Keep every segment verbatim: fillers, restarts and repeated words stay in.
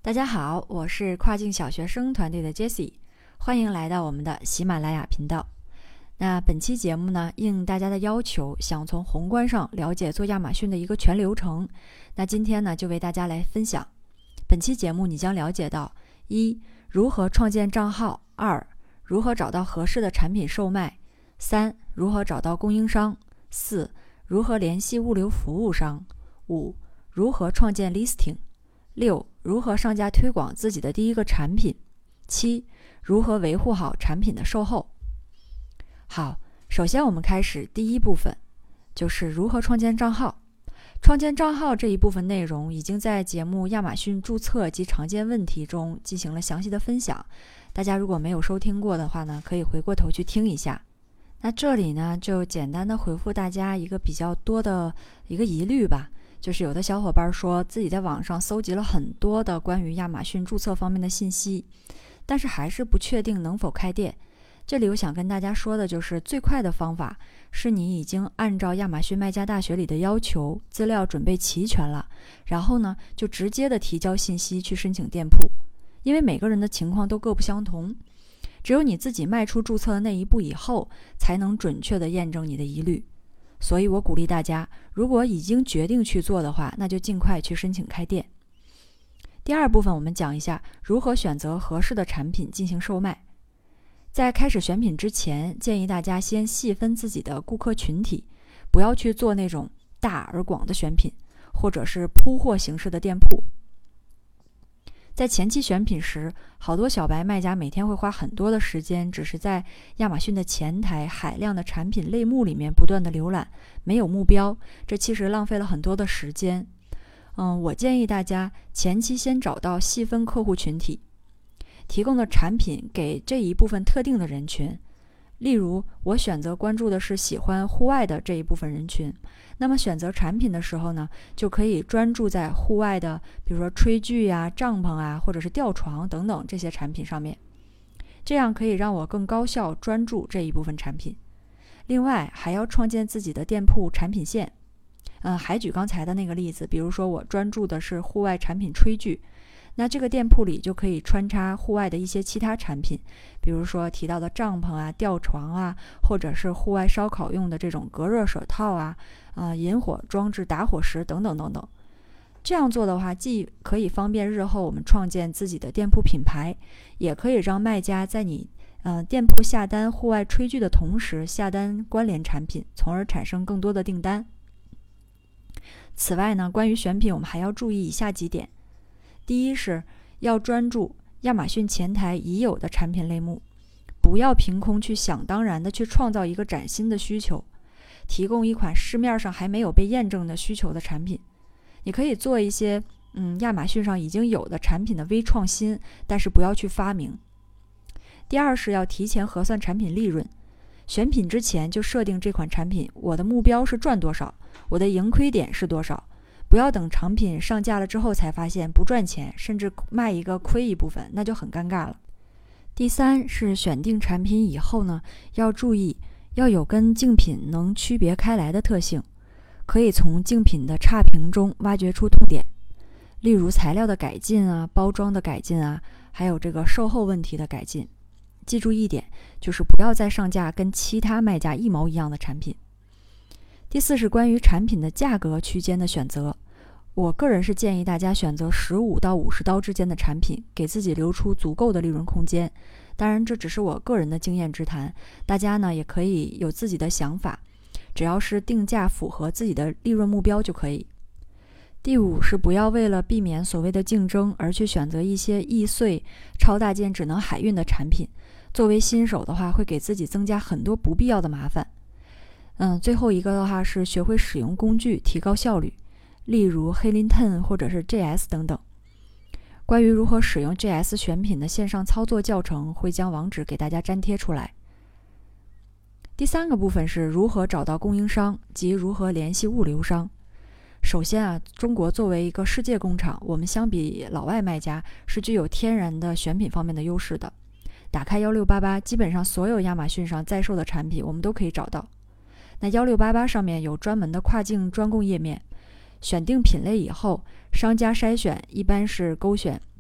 大家好，我是跨境小学生团队的 Jessie， 欢迎来到我们的喜马拉雅频道。那本期节目呢，应大家的要求，想从宏观上了解做亚马逊的一个全流程。那今天呢，就为大家来分享。本期节目你将了解到：一、如何创建账号；二、如何找到合适的产品售卖；三、如何找到供应商；四、如何联系物流服务商；五、如何创建 listing；六、如何上架推广自己的第一个产品；七、如何维护好产品的售后。好，首先我们开始第一部分，就是如何创建账号。创建账号这一部分内容已经在节目亚马逊注册及常见问题中进行了详细的分享，大家如果没有收听过的话呢，可以回过头去听一下。那这里呢，就简单的回复大家一个比较多的一个疑虑吧，就是有的小伙伴说自己在网上搜集了很多的关于亚马逊注册方面的信息，但是还是不确定能否开店。这里我想跟大家说的就是，最快的方法是你已经按照亚马逊卖家大学里的要求，资料准备齐全了，然后呢，就直接的提交信息去申请店铺。因为每个人的情况都各不相同，只有你自己迈出注册的那一步以后，才能准确的验证你的疑虑。所以我鼓励大家，如果已经决定去做的话，那就尽快去申请开店。第二部分我们讲一下如何选择合适的产品进行售卖。在开始选品之前，建议大家先细分自己的顾客群体，不要去做那种大而广的选品，或者是铺货形式的店铺。在前期选品时，好多小白卖家每天会花很多的时间，只是在亚马逊的前台海量的产品类目里面不断的浏览，没有目标，这其实浪费了很多的时间。嗯，我建议大家前期先找到细分客户群体，提供的产品给这一部分特定的人群。例如，我选择关注的是喜欢户外的这一部分人群，那么选择产品的时候呢，就可以专注在户外的，比如说炊具呀、帐篷啊，或者是吊床等等这些产品上面，这样可以让我更高效专注这一部分产品。另外，还要创建自己的店铺产品线。嗯，还举刚才的那个例子，比如说我专注的是户外产品炊具，那这个店铺里就可以穿插户外的一些其他产品，比如说提到的帐篷啊、吊床啊，或者是户外烧烤用的这种隔热手套啊、呃、引火装置、打火石等等等等。这样做的话，既可以方便日后我们创建自己的店铺品牌，也可以让卖家在你呃店铺下单户外炊具的同时，下单关联产品，从而产生更多的订单。此外呢，关于选品我们还要注意以下几点。第一是要专注亚马逊前台已有的产品类目，不要凭空去想当然的去创造一个崭新的需求，提供一款市面上还没有被验证的需求的产品。你可以做一些嗯亚马逊上已经有的产品的微创新，但是不要去发明。第二是要提前核算产品利润，选品之前就设定这款产品我的目标是赚多少，我的盈亏点是多少，不要等产品上架了之后才发现不赚钱，甚至卖一个亏一部分，那就很尴尬了。第三是选定产品以后呢，要注意要有跟竞品能区别开来的特性，可以从竞品的差评中挖掘出痛点，例如材料的改进啊、包装的改进啊，还有这个售后问题的改进。记住一点，就是不要再上架跟其他卖家一毛一样的产品。第四是关于产品的价格区间的选择，我个人是建议大家选择十五到五十刀之间的产品，给自己留出足够的利润空间。当然这只是我个人的经验之谈，大家呢也可以有自己的想法，只要是定价符合自己的利润目标就可以。第五是不要为了避免所谓的竞争而去选择一些易碎、超大件只能海运的产品，作为新手的话会给自己增加很多不必要的麻烦。嗯，最后一个的话是学会使用工具，提高效率，例如 Helinten 或者是 J S 等等。关于如何使用 J S 选品的线上操作教程，会将网址给大家粘贴出来。第三个部分是如何找到供应商及如何联系物流商。首先啊，中国作为一个世界工厂，我们相比老外卖家是具有天然的选品方面的优势的。打开一六八八，基本上所有亚马逊上在售的产品我们都可以找到。那一六八八上面有专门的跨境专供页面，选定品类以后，商家筛选一般是勾选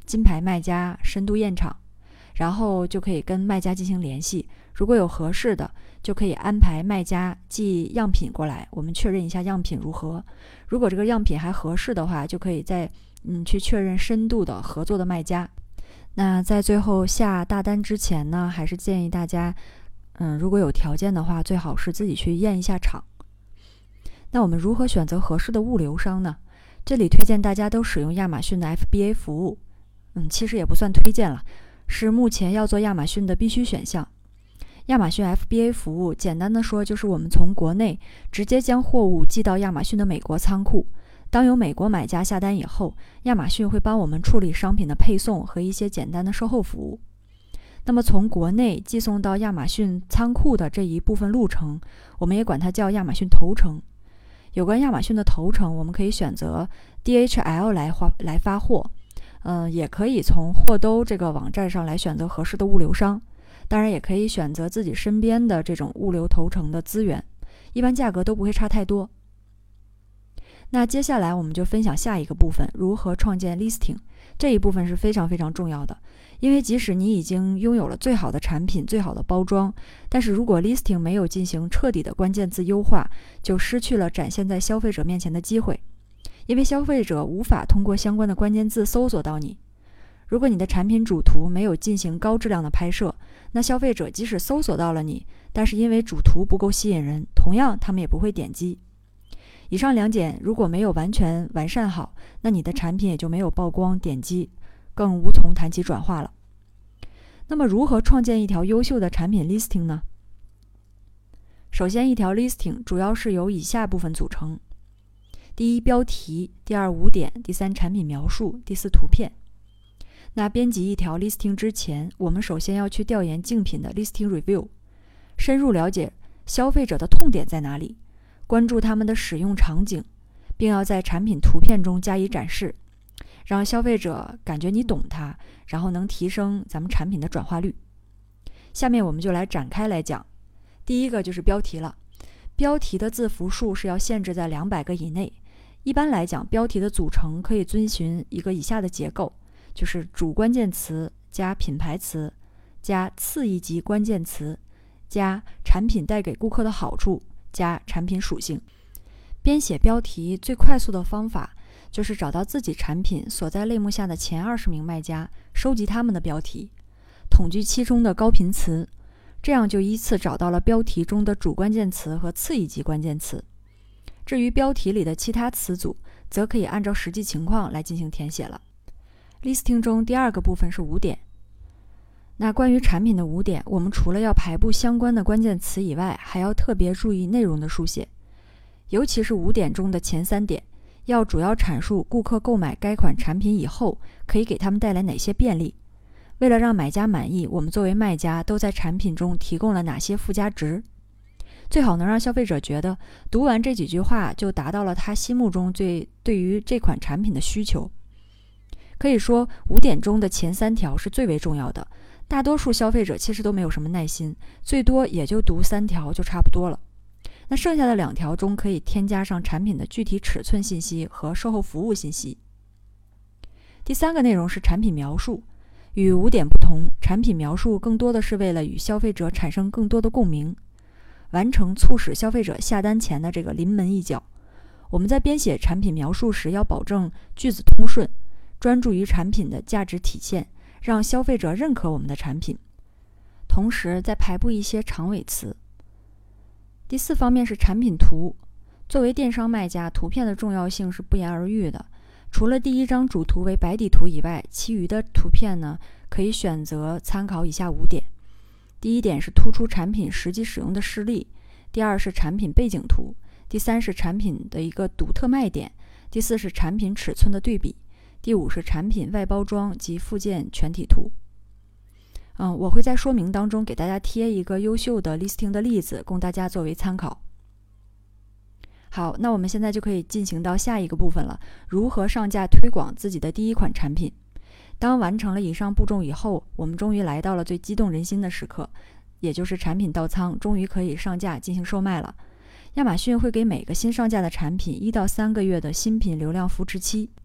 金牌卖家深度验场，然后就可以跟卖家进行联系，如果有合适的，就可以安排卖家寄样品过来，我们确认一下样品如何。如果这个样品还合适的话，就可以再嗯去确认深度的合作的卖家。那在最后下大单之前呢，还是建议大家嗯如果有条件的话，最好是自己去验一下场。那我们如何选择合适的物流商呢？这里推荐大家都使用亚马逊的 F B A 服务。嗯，其实也不算推荐了，是目前要做亚马逊的必须选项。亚马逊 F B A 服务简单的说，就是我们从国内直接将货物寄到亚马逊的美国仓库，当有美国买家下单以后，亚马逊会帮我们处理商品的配送和一些简单的售后服务。那么从国内寄送到亚马逊仓库的这一部分路程，我们也管它叫亚马逊头程。有关亚马逊的头程，我们可以选择 D H L 来发来发货，呃，也可以从货兜这个网站上来选择合适的物流商，当然也可以选择自己身边的这种物流头程的资源，一般价格都不会差太多。那接下来我们就分享下一个部分，如何创建 listing。 这一部分是非常非常重要的，因为即使你已经拥有了最好的产品、最好的包装，但是如果 listing 没有进行彻底的关键字优化，就失去了展现在消费者面前的机会，因为消费者无法通过相关的关键字搜索到你。如果你的产品主图没有进行高质量的拍摄，那消费者即使搜索到了你，但是因为主图不够吸引人，同样他们也不会点击。以上两点如果没有完全完善好，那你的产品也就没有曝光点击，更无从谈起转化了。那么如何创建一条优秀的产品 listing 呢？首先，一条 listing 主要是由以下部分组成：第一，标题；第二，五点；第三，产品描述；第四，图片。那编辑一条 listing 之前，我们首先要去调研竞品的 listing review， 深入了解消费者的痛点在哪里，关注他们的使用场景，并要在产品图片中加以展示，让消费者感觉你懂它，然后能提升咱们产品的转化率。下面我们就来展开来讲。第一个就是标题了，标题的字符数是要限制在两百个以内。一般来讲，标题的组成可以遵循一个以下的结构，就是主关键词加品牌词加次一级关键词加产品带给顾客的好处加产品属性。编写标题最快速的方法就是找到自己产品所在类目下的前二十名卖家，收集他们的标题，统计其中的高频词，这样就依次找到了标题中的主关键词和次一级关键词。至于标题里的其他词组，则可以按照实际情况来进行填写了。listing 中第二个部分是五点。那关于产品的五点，我们除了要排布相关的关键词以外，还要特别注意内容的书写，尤其是五点中的前三点，要主要阐述顾客购买该款产品以后可以给他们带来哪些便利。为了让买家满意，我们作为卖家都在产品中提供了哪些附加值，最好能让消费者觉得读完这几句话就达到了他心目中最对于这款产品的需求。可以说五点中的前三条是最为重要的，大多数消费者其实都没有什么耐心，最多也就读三条就差不多了。那剩下的两条中可以添加上产品的具体尺寸信息和售后服务信息。第三个内容是产品描述。与五点不同，产品描述更多的是为了与消费者产生更多的共鸣，完成促使消费者下单前的这个临门一脚。我们在编写产品描述时，要保证句子通顺，专注于产品的价值体现，让消费者认可我们的产品，同时再排布一些长尾词。第四方面是产品图。作为电商卖家，图片的重要性是不言而喻的。除了第一张主图为白底图以外，其余的图片呢，可以选择参考以下五点。第一点是突出产品实际使用的事例，第二是产品背景图，第三是产品的一个独特卖点，第四是产品尺寸的对比，第五是产品外包装及附件全体图。嗯，我会在说明当中给大家贴一个优秀的 listing 的例子，供大家作为参考。好，那我们现在就可以进行到下一个部分了，如何上架推广自己的第一款产品。当完成了以上步骤以后，我们终于来到了最激动人心的时刻，也就是产品到仓，终于可以上架进行售卖了。亚马逊会给每个新上架的产品一到三个月的新品流量扶持期，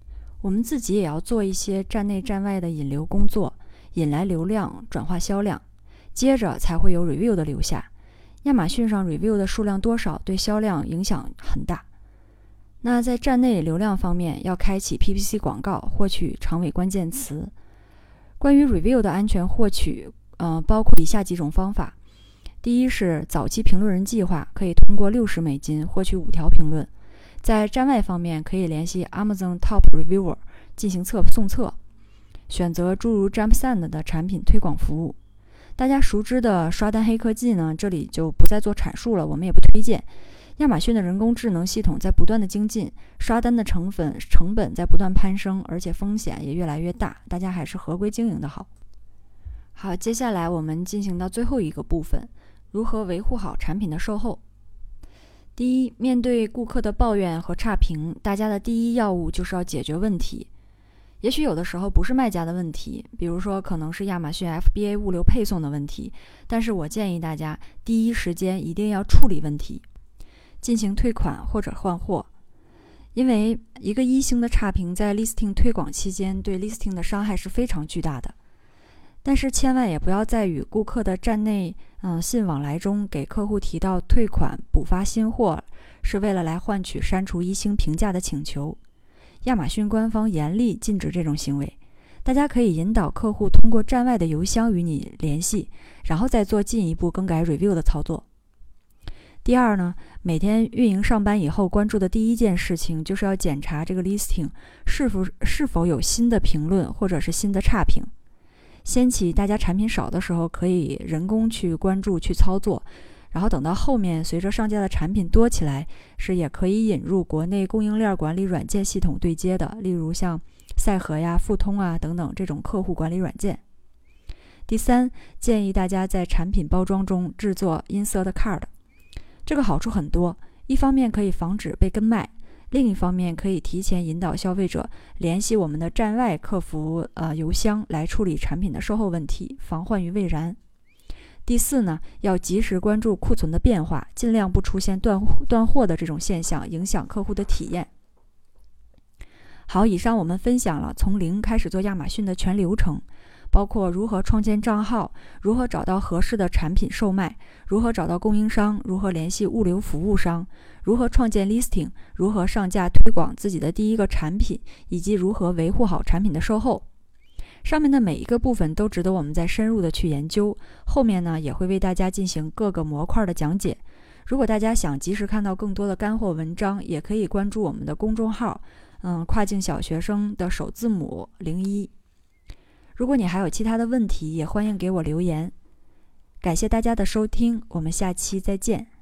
我们自己也要做一些站内站外的引流工作，引来流量，转化销量，接着才会有 review 的留下。亚马逊上 review 的数量多少对销量影响很大。那在站内流量方面，要开启 P P C 广告，获取长尾关键词。关于 review 的安全获取，呃，包括以下几种方法。第一是早期评论人计划，可以通过六十美金获取五条评论。在站外方面，可以联系 Amazon Top Reviewer 进行测送测，选择诸如 JumpSend 的产品推广服务。大家熟知的刷单黑科技呢，这里就不再做阐述了，我们也不推荐。亚马逊的人工智能系统在不断的精进，刷单的成本成本在不断攀升，而且风险也越来越大，大家还是合规经营的好。好，接下来我们进行到最后一个部分，如何维护好产品的售后。第一，面对顾客的抱怨和差评，大家的第一要务就是要解决问题。也许有的时候不是卖家的问题，比如说可能是亚马逊 F B A 物流配送的问题，但是我建议大家第一时间一定要处理问题，进行退款或者换货。因为一个一星的差评在 listing 推广期间对 listing 的伤害是非常巨大的。但是千万也不要在与顾客的站内嗯信往来中给客户提到退款补发新货，是为了来换取删除一星评价的请求。亚马逊官方严厉禁止这种行为。大家可以引导客户通过站外的邮箱与你联系，然后再做进一步更改 review 的操作。第二呢，每天运营上班以后关注的第一件事情就是要检查这个 listing 是否是否有新的评论或者是新的差评。先期大家产品少的时候，可以人工去关注去操作，然后等到后面随着上架的产品多起来，是也可以引入国内供应链管理软件系统对接的，例如像赛禾呀、富通啊等等这种客户管理软件。第三，建议大家在产品包装中制作 insert card， 这个好处很多，一方面可以防止被跟卖，另一方面可以提前引导消费者联系我们的站外客服呃邮箱来处理产品的售后问题，防患于未然。第四呢，要及时关注库存的变化，尽量不出现断断货的这种现象，影响客户的体验。好，以上我们分享了从零开始做亚马逊的全流程，包括如何创建账号，如何找到合适的产品售卖，如何找到供应商，如何联系物流服务商，如何创建 listing， 如何上架推广自己的第一个产品，以及如何维护好产品的售后。上面的每一个部分都值得我们再深入的去研究，后面呢也会为大家进行各个模块的讲解。如果大家想及时看到更多的干货文章，也可以关注我们的公众号，嗯，跨境小学生的首字母零一。如果你还有其他的问题，也欢迎给我留言。感谢大家的收听，我们下期再见。